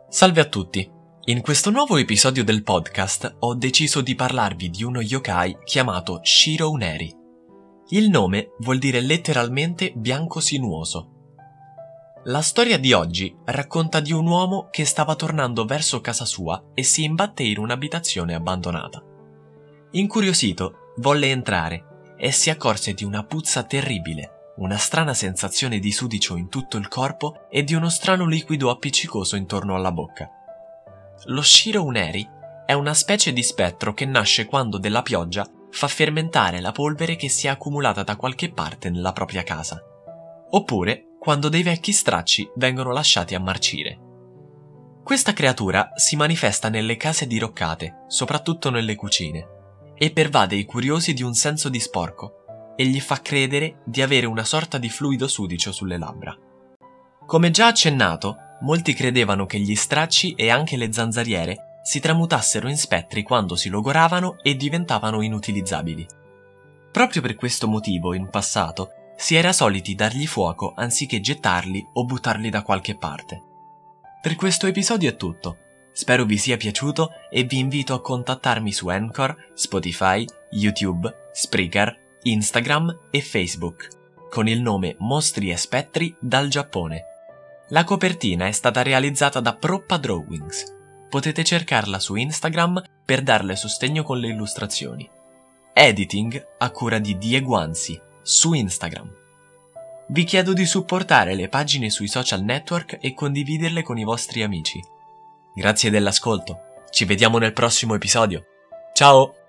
Salve a tutti! In questo nuovo episodio del podcast ho deciso di parlarvi di uno yokai chiamato Shiro Uneri. Il nome vuol dire letteralmente bianco sinuoso. La storia di oggi racconta di un uomo che stava tornando verso casa sua e si imbatté in un'abitazione abbandonata. Incuriosito, volle entrare e si accorse di una puzza terribile, una strana sensazione di sudicio in tutto il corpo e di uno strano liquido appiccicoso intorno alla bocca. Lo Shiro Uneri è una specie di spettro che nasce quando della pioggia fa fermentare la polvere che si è accumulata da qualche parte nella propria casa, oppure quando dei vecchi stracci vengono lasciati a marcire. Questa creatura si manifesta nelle case diroccate, soprattutto nelle cucine, e pervade i curiosi di un senso di sporco e gli fa credere di avere una sorta di fluido sudicio sulle labbra. Come già accennato, molti credevano che gli stracci e anche le zanzariere si tramutassero in spettri quando si logoravano e diventavano inutilizzabili. Proprio per questo motivo, in passato, si era soliti dargli fuoco anziché gettarli o buttarli da qualche parte. Per questo episodio è tutto. Spero vi sia piaciuto e vi invito a contattarmi su Anchor, Spotify, YouTube, Spreaker, Instagram e Facebook con il nome Mostri e Spettri dal Giappone. La copertina è stata realizzata da Proppa Drawings. Potete cercarla su Instagram per darle sostegno con le illustrazioni. Editing a cura di Diego Anzi su Instagram. Vi chiedo di supportare le pagine sui social network e condividerle con i vostri amici. Grazie dell'ascolto. Ci vediamo nel prossimo episodio. Ciao!